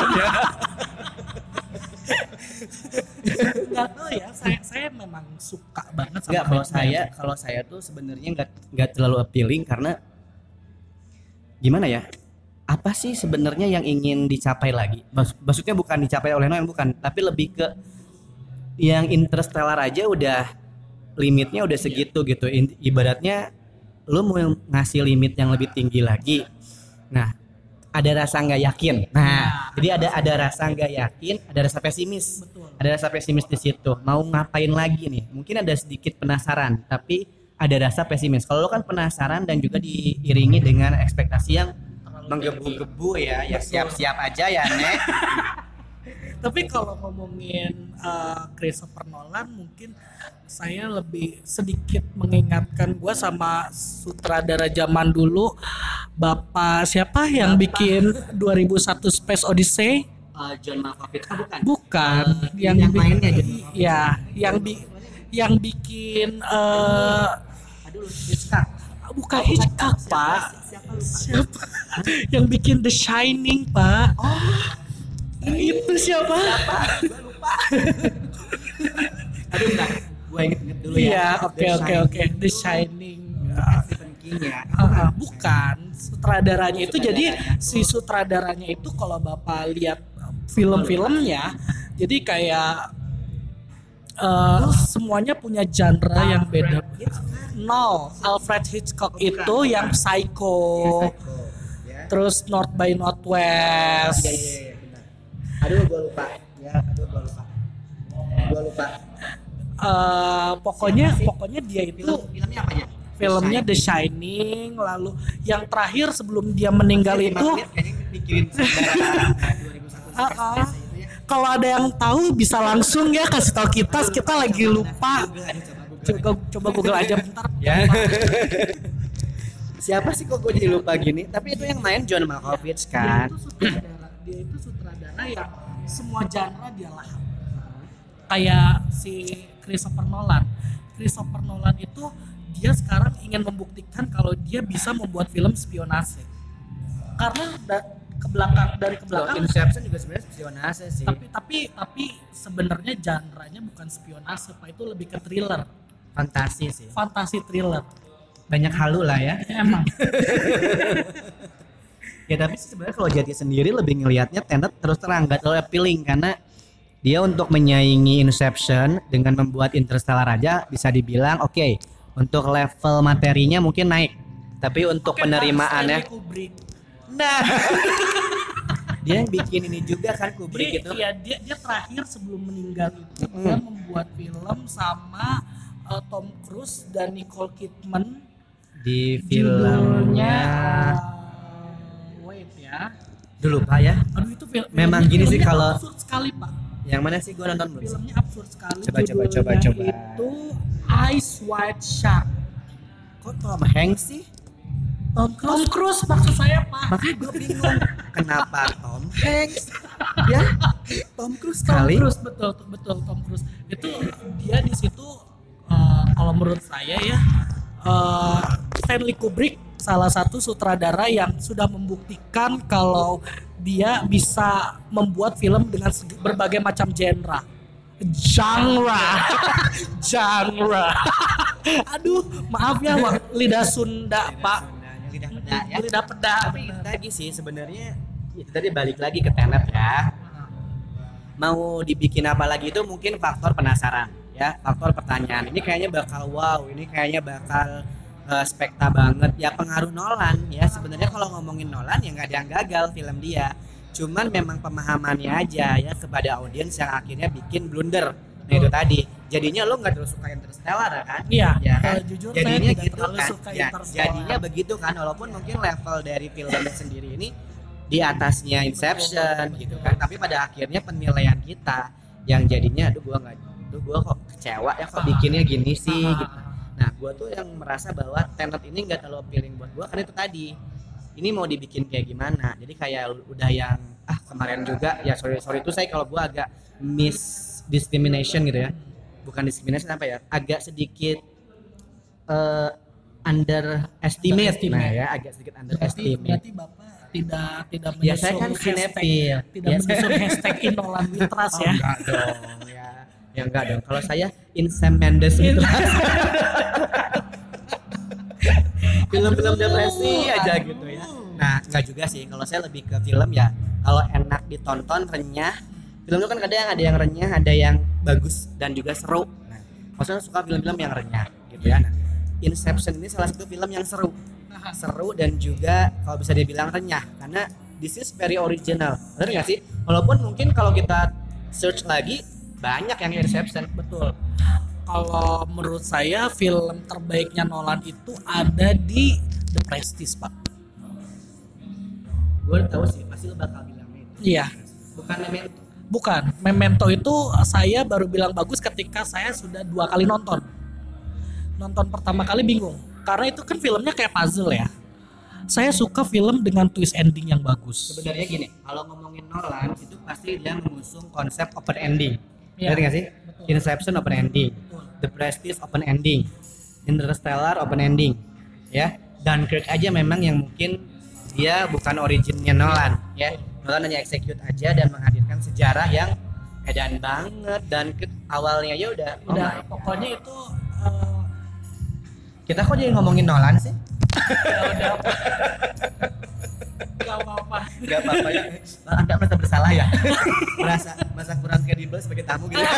Nggak tahu ya, saya saya memang suka banget sama Enggak, kalau Batman. saya kalau saya tuh sebenarnya nggak nggak terlalu appealing karena gimana ya? Apa sih sebenarnya yang ingin dicapai lagi? Maksud- Maksudnya bukan dicapai oleh Nolan, bukan, tapi lebih ke yang Interstellar aja udah limitnya udah segitu gitu. In- Ibaratnya lu mau ngasih limit yang lebih tinggi lagi. Nah, ada rasa nggak yakin. Nah, Nah, jadi ada ada rasa nggak yakin, ada rasa pesimis. Betul. Ada rasa pesimis di situ. Mau ngapain lagi nih? Mungkin ada sedikit penasaran, tapi ada rasa pesimis. Kalau lo kan penasaran dan juga diiringi dengan ekspektasi yang Terlalu menggebu-gebu ya, ya Betul. siap-siap aja ya, Nek. Tapi kalau ngomongin uh, Christopher Nolan mungkin saya lebih sedikit mengingatkan gue sama sutradara zaman dulu, Bapak siapa yang bikin dua ribu satu Space Odyssey? Uh, John Malkovich ah, bukan? Bukan, Uh, yang, yang bi- mainnya John Malkovich. ya, yang bi yang bikin uh, Aduh, Hitchcock. bukan Hitchcock, Pak. Siapa lupa? Siapa? Yang bikin The Shining, Pak. Oh, Itu siapa? siapa? Gue lupa. Aduh, enggak. Gue inget-inget dulu ya. Iya, oke The oke Shining. oke. The Shining. Kan Stephen King ya. Uh, uh, bukan sutradaranya itu, jadi si sutradaranya itu kalau Bapak lihat film-filmnya, jadi kayak uh, semuanya punya genre yang beda. No, Alfred Hitchcock itu yang Psycho, Ya. terus North by Northwest. Iya, iya, iya, benar. Aduh, gue lupa. Ya, aduh, gue lupa. Gue lupa. Uh, pokoknya pokoknya dia itu Film, filmnya apa aja? filmnya The Shining, lalu yang terakhir sebelum dia meninggal itu kayaknya mikirin sejarah dua ribu satu uh, uh, itu ya. kalau ada yang tahu bisa langsung ya kasih tahu kita, kita lagi lupa. Coba coba Google aja bentar. Ya. Siapa sih kok gue jadi lupa gini? Tapi itu yang main John Malkovich Dia kan. itu sutradara, dia itu sutradara yang semua genre dia lahap. Kayak si Christopher Nolan. Christopher Nolan itu dia sekarang ingin membuktikan kalau dia bisa membuat film spionase. Karena da- ke belakang dari ke Kalau belakang Inception juga sebenarnya spionase sih. tapi tapi tapi sebenarnya genre-nya bukan spionase, Pak, itu lebih ke thriller, Fantasi sih. fantasi thriller. Banyak halu lah ya. Emang. Ya tapi sih sebenarnya kalau Jati sendiri lebih ngelihatnya Tenet terus terang gak terlalu appealing karena dia untuk menyaingi Inception dengan membuat Interstellar aja bisa dibilang oke, okay, untuk level materinya mungkin naik, tapi untuk Oke, Pak, penerimaannya Stanley Kubrick. nah dia yang bikin ini juga kan Dia, Kubrick itu. iya, dia dia terakhir sebelum meninggal itu dia membuat film sama uh, Tom Cruise dan Nicole Kidman. Di Judulnya filmnya uh, wait ya. dulu Pak ya. Aduh itu film. Memang filmnya- gini sih filmnya kalau- absurd sekali, Pak. Yang mana sih gua nonton belum sih? Filmnya absurd sekali. Coba, coba, Judulnya coba, coba. Itu Ice White Shark. Kok Tom Hanks sih? Tom Cruise. Tom Cruise maksud saya, Pak. Makanya gue bingung kenapa Tom Hanks ya Tom Cruise Tom kali. Cruise, betul betul Tom Cruise. Itu dia di situ uh, kalau menurut saya ya, uh, Stanley Kubrick salah satu sutradara yang sudah membuktikan kalau dia bisa membuat film dengan seg- berbagai macam genre. Genre. Genre. Aduh, maaf ya, Wak. Lidah Sunda, Pak. Lidah peda ya. Lidah peda. Tapi itu tadi sih sebenarnya itu tadi balik lagi ke Tenet ya. Mau dibikin apa lagi itu mungkin faktor penasaran ya, faktor pertanyaan. Ini kayaknya bakal wow, ini kayaknya bakal uh, spekta banget ya, pengaruh Nolan ya. Sebenarnya kalau ngomongin Nolan ya nggak ada yang gagal film dia. Cuman memang pemahamannya aja ya kepada audiens yang akhirnya bikin blunder. Nah itu tadi. Jadinya lo nggak terlalu suka Interstellar kan? Iya, Ya kan? kalau jujur Jadinya saya tidak gitu terlalu kan? suka Ya, Interstellar. jadinya begitu kan, walaupun mungkin level dari filmnya sendiri ini di atasnya Inception gitu kan, tapi pada akhirnya penilaian kita yang jadinya aduh gua nggak, aduh gua kok kecewa ya kok bikinnya gini sih gitu. Nah gua tuh yang merasa bahwa Tenet ini nggak terlalu appealing buat gua karena itu tadi, ini mau dibikin kayak gimana, jadi kayak udah yang ah kemarin juga ya, sorry sorry itu saya kalau gua agak miss discrimination gitu ya, bukan discrimination apa ya, agak sedikit uh, underestimate, Underestimate. nah ya agak sedikit Berarti, underestimate. berarti Bapak tidak tidak Ya saya menyusun kan hashtag, sinetfil. tidak Ya, menyusun hashtag Inolan Witras Oh, ya. enggak dong ya. Ya enggak dong. Kalau saya in Sam Mendes gitu. Film-film depresi aja gitu ya. Nah, enggak juga sih. Kalau saya lebih ke film ya, kalau enak ditonton renyah. Film itu kan kadang ada yang renyah, ada yang bagus dan juga seru. Nah, maksudnya suka film-film yang renyah gitu ya. Nah, Inception ini salah satu film yang seru. Seru dan juga kalau bisa dibilang renyah karena this is very original. Benar nggak sih? Walaupun mungkin kalau kita search lagi banyak yang Inception. Betul. Kalau menurut saya film terbaiknya Nolan itu ada di The Prestige, Pak. Gue tahu sih, pasti lo bakal bilang itu. Iya. Bukan Memento. Bukan, Memento itu saya baru bilang bagus ketika saya sudah dua kali nonton. Nonton pertama kali bingung, karena itu kan filmnya kayak puzzle ya. Saya suka film dengan twist ending yang bagus. Sebenarnya gini, kalau ngomongin Nolan itu pasti dia mengusung konsep open ending. Iya. Ngerti nggak sih? Betul. Inception open ending, Betul. The Prestige open ending, Interstellar open ending, ya. Dunkirk aja memang yang mungkin dia bukan originnya Nolan, ya. Nolan hanya execute aja dan menghadirkan sejarah yang edan banget dan ke awalnya aja udah, oh Udah, my God. pokoknya itu uh, Kita kok jadi ngomongin Nolan sih? ya udah. Gak apa-apa. Gak apa-apa ya. Anda merasa bersalah ya? merasa merasa kurang kredibel sebagai tamu gitu.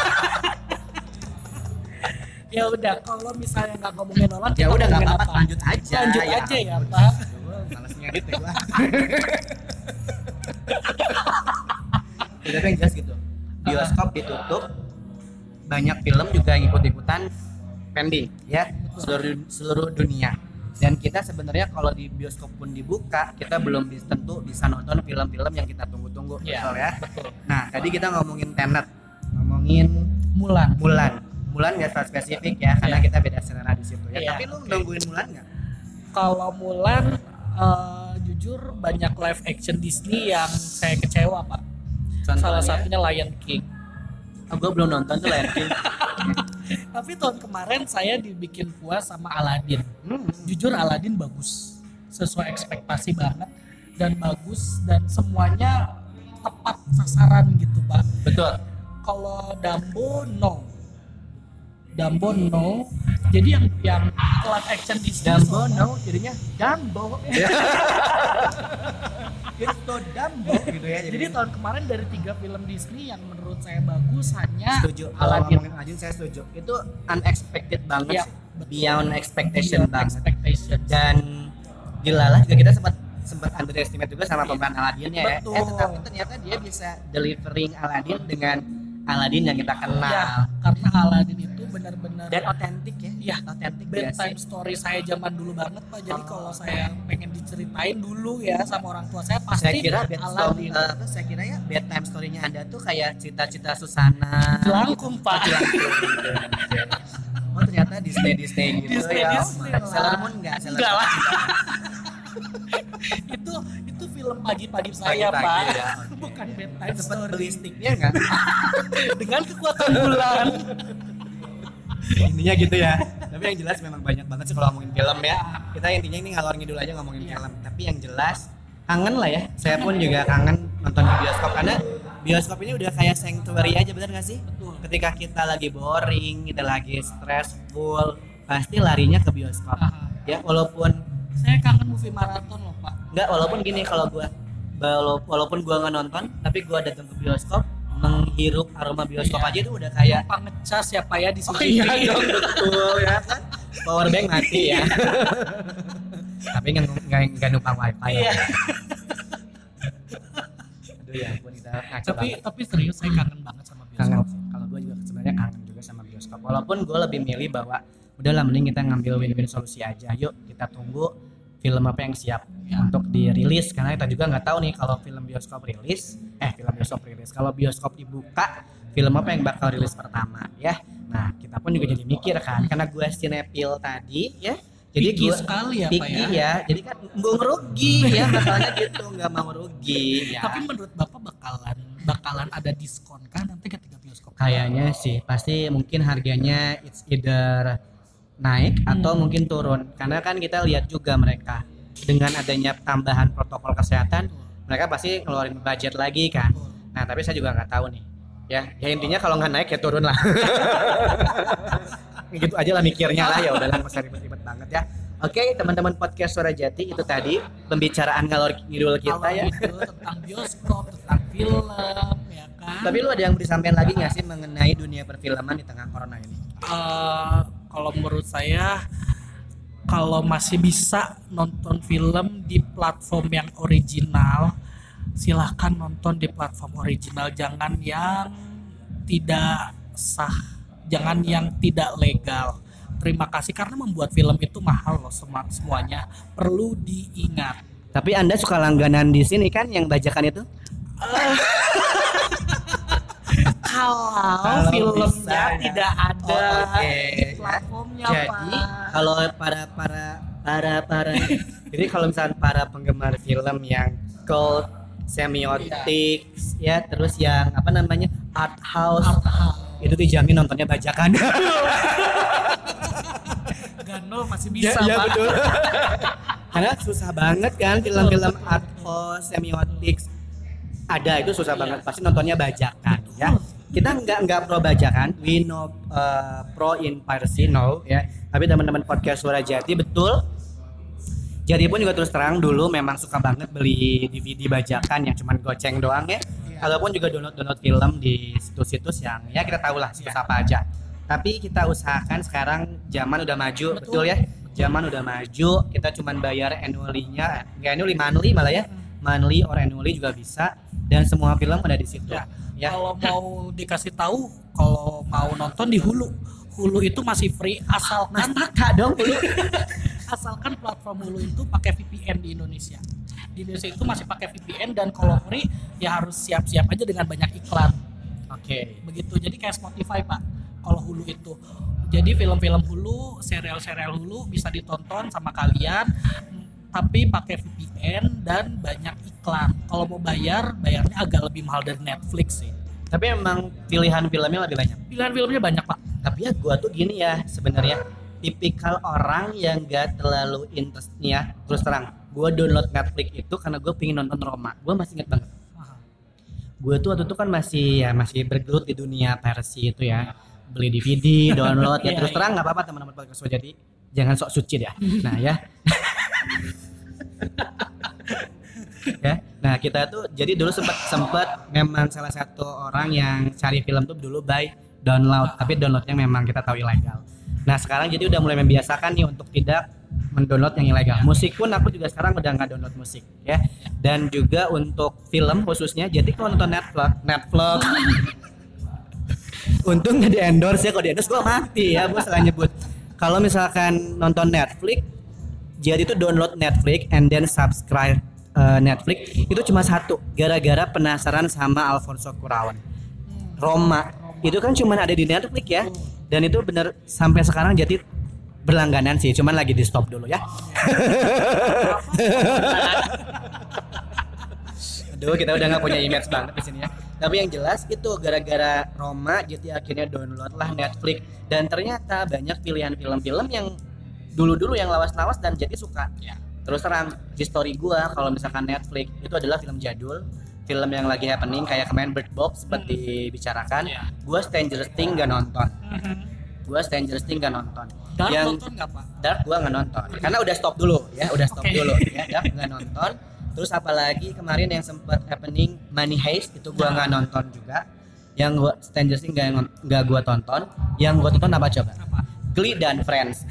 Ya udah, kalau misalnya nggak ngomongin Nolan, Ya kita udah nggak ngomongin apa-apa, lanjut aja. Lanjut aja ya, ampun. Pak. Aduh, Malas ngedit ya gua. Ya, tapi yang jelas gitu. Bioskop ditutup, banyak film juga yang ikut-ikutan pending ya seluruh seluruh dunia. Dan kita sebenarnya kalau di bioskop pun dibuka, kita belum bisa, tentu bisa nonton film-film yang kita tunggu-tunggu, Iya, betul ya. betul. Nah, tadi kita ngomongin Tenet, ngomongin Mulan. Mulan. Mulan nggak terlalu spesifik ya, karena Iya. kita beda selera di situ ya. Iya, Tapi lu oke. nungguin Mulan nggak? Kalau Mulan, eh, jujur banyak live action Disney yang saya kecewa, Pak. Salah satunya Lion King. Oh, gue belum nonton tuh Lion King. Tapi tahun kemarin saya dibikin puas sama Aladdin. Hmm. Jujur Aladdin bagus, sesuai ekspektasi banget dan bagus dan semuanya tepat sasaran gitu, Pak. Betul. Kalau Dumbo no, Dumbo no. Jadi yang yang live action Disney Dumbo soalnya- no, jadinya Dumbo. It's so Dumbo gitu ya. Jadi tahun kemarin dari tiga film Disney yang menurut saya bagus hanya setuju. Kalau Aladdin. ngomongin Aladdin saya setuju. Itu unexpected banget Iya, sih. betul. Beyond expectation Beyond banget. expectation. Dan di Lala juga kita sempat sempat underestimate juga sama pemeran Aladdinnya ya. Betul. Eh tetapi ternyata dia bisa delivering Aladdin dengan Aladdin yang kita kenal. Ya, karena Aladdin itu benar-benar Dan otentik ya. Iya, otentik bedtime story saya zaman dulu banget, Pak. Jadi kalau saya pengen diceritain dulu ya sama orang tua saya pasti Saya kira bedtime Aladdin. uh, apa, saya kira ya bedtime story-nya Anda tuh kayak cita-cita Susana. Jelangkung, Pak. Jelangkung. Oh ternyata Disney Disney gitu Disney, ya. Disney Oh, lah. Sailor Moon enggak? Sailor Enggak Moon lah. enggak. itu itu film pagi-pagi saya, Pagi-pagi Pak. ya, Bukan bedtime Sempet story. beli sticknya enggak? Dengan kekuatan bulan. Intinya gitu ya. Tapi yang jelas memang banyak banget sih kalau ngomongin film ya. Kita intinya ini ngalor ngidul aja ngomongin Iya. film. Tapi yang jelas kangen lah ya. Saya pun juga kangen nonton di bioskop karena bioskop ini udah kayak sanctuary aja, bener gak sih? Betul. Ketika kita lagi boring, kita lagi stressful, pasti larinya ke bioskop. Aha. Ya walaupun Saya kangen movie maraton loh, Pak. enggak, walaupun gini kalau gua wala- walaupun gua nggak nonton, tapi gua datang ke bioskop, menghirup aroma bioskop Iya. aja itu udah kayak Numpang ngecas ya, Pak ya di oh C C T V. iya dong, betul ya kan. Power bank mati ya. Tapi nggak nggak nggak numpang wifi. Iya. Aduh ya ampun kita ngaco Tapi banget. tapi serius saya kangen banget sama Kangen. bioskop. Kalau gue juga sebenarnya kangen juga sama bioskop. Walaupun gue lebih milih bahwa udahlah mending kita ngambil win-win solusi aja. Yuk kita tunggu film apa yang siap Ya. untuk dirilis karena kita juga nggak tahu nih kalau film bioskop rilis, eh film bioskop rilis. Kalau bioskop dibuka, film apa yang bakal rilis pertama ya. Nah kita pun juga jadi mikir kan karena gue sinepil tadi ya. Jadi Picky gue sekali ya, Pak picky ya. ya. Jadi kan gue ngerugi ya masalahnya gitu nggak mau rugi ya. Tapi menurut Bapak bakalan bakalan ada diskon kan nanti ketika bioskop? Kayaknya sih pasti mungkin harganya it's either naik atau Hmm. mungkin turun karena kan kita lihat juga mereka dengan adanya tambahan protokol kesehatan mereka pasti ngeluarin budget lagi kan. Nah tapi saya juga nggak tahu nih ya ya intinya kalau nggak naik ya turun lah. Gitu aja lah mikirnya lah ya udahlah nggak usah ribet-ribet banget ya. Oke teman-teman podcast Suara Jati itu tadi pembicaraan ngalor ngidul kita Kalau ya. itu tentang bioskop, tentang film, ya kan. Tapi lu ada yang disampaikan lagi nggak sih mengenai dunia perfilman di tengah corona ini? Eh, kalau menurut saya kalau masih bisa nonton film di platform yang original, silahkan nonton di platform original, jangan yang tidak sah, jangan yang tidak legal. Terima kasih karena membuat film itu mahal loh, semua semuanya perlu diingat. Tapi Anda suka langganan di sini kan yang bajakan itu? kalau, Kalau filmnya bisa, ya. tidak ada Oh, oke. di platformnya, Jadi Pak. kalau para para para para jadi kalau misalnya para penggemar film yang cult, semiotik, ya terus yang apa namanya art house, Art house. itu dijamin nontonnya bajakan. Gano masih bisa, ya, ya Pak. betul. Karena susah banget kan film-film art house, semiotik ada itu susah banget. Pasti nontonnya bajakan, ya. Kita nggak nggak pro bajakan, we know uh, pro in piracy, no, ya. Tapi teman-teman podcast Suara Jati betul. Jadi pun juga terus terang dulu memang suka banget beli D V D bajakan yang cuman goceng doang ya. Ataupun juga download-download film di situs-situs yang ya kita tahu lah situs apa aja. Tapi kita usahakan sekarang zaman udah maju, betul, betul ya. Zaman udah maju, kita cuman bayar annually-nya, nggak annually, monthly malah ya. Monthly or annually juga bisa dan semua film ada di situ. Ya. Ya. Kalau mau dikasih tahu, kalau mau nonton di Hulu, Hulu itu masih free asalkan Maka dong Hulu. asalkan platform Hulu itu pakai V P N di Indonesia. Di Indonesia itu masih pakai V P N dan kalau free ya harus siap-siap aja dengan banyak iklan. Oke. Begitu. Jadi kayak Spotify, Pak. Kalau Hulu itu. Jadi film-film Hulu, serial-serial Hulu bisa ditonton sama kalian tapi pakai V P N dan banyak iklan. Kalau mau bayar, bayarnya agak lebih mahal dari Netflix sih. Tapi emang pilihan filmnya lebih banyak. Pilihan filmnya banyak, Pak. Tapi ya gua tuh gini ya sebenarnya tipikal orang yang gak terlalu interest nih ya. Terus terang, gua download Netflix itu karena gua pengen nonton Roma. Gua masih inget banget. Gue tuh waktu itu kan masih ya masih bergelut di dunia versi itu ya, beli D V D, download ya. Terus terang nggak apa-apa teman-teman podcast Suara Jati, jangan sok suci ya. Nah ya. Ya, nah kita tuh jadi dulu sempat sempat memang salah satu orang yang cari film tuh dulu by download, tapi downloadnya memang kita tahu ilegal. Nah sekarang jadi udah mulai membiasakan nih untuk tidak mendownload yang ilegal. Musik pun aku juga sekarang udah nggak download musik ya. Dan juga untuk film khususnya, jadi kalau nonton Netflix, Netflix, untung nggak di endorse ya, kalau di endorse gue mati ya, gue salah nyebut. Kalau misalkan nonton Netflix, jadi itu download Netflix and then subscribe uh, Netflix itu cuma satu, gara-gara penasaran sama Alfonso Cuarón. Roma itu kan cuma ada di Netflix ya, dan itu bener sampai sekarang jadi berlangganan sih, cuman lagi di stop dulu ya. Aduh, kita udah nggak punya image banget di sini ya. Tapi yang jelas itu gara-gara Roma, jadi akhirnya download lah Netflix, dan ternyata banyak pilihan film-film yang dulu-dulu yang lawas-lawas dan jadi suka. Ya. Terus terang, history gua kalau misalkan Netflix itu adalah film jadul, film yang lagi happening kayak kemarin Bird Box seperti hmm. dibicarakan. Ya. Gua Stranger Things gak nonton. Hmm. Gua Stranger Things gak nonton. Dark yang nonton gak, Pak? Dark gua nak nonton karena udah stop dulu ya, udah stop okay. dulu ya. Dark gak nonton. Terus apalagi kemarin yang sempat happening Money Heist itu gua nggak nonton juga. Yang gua Stranger Things nggak nggak gua tonton. Yang gua tonton apa coba? Apa? Glee dan Friends.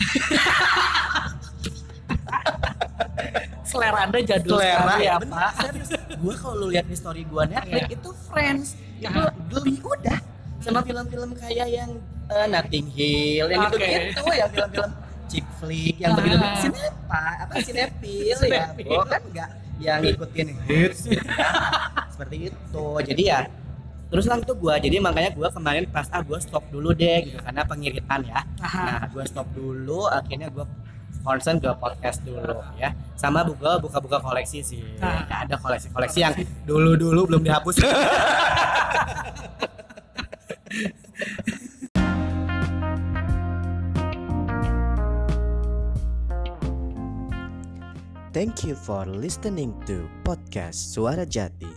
Selera Anda jadul Selera, sekali ya, bener. Pak. Gua kalau lu lihat history gua Netflix yeah. itu Friends, itu Glee udah. Sama film-film kayak yang uh, Notting Hill, yang okay. gitu-gitu ya, film-film chick flick yang begitu ah. sinepa apa sinepil ya, oh kan enggak yang ngikutin hits gitu ya. Seperti itu. Jadi ya terus lang tuh gue, jadi makanya gue kemarin pas ah gue stop dulu deh gitu karena pengiritan ya. Aha. Nah gue stop dulu, akhirnya gue concern ke podcast dulu ya, sama buka buka-buka koleksi sih. Ah. Ada koleksi-koleksi yang dulu-dulu belum dihapus. Thank you for listening to podcast Suara Jati.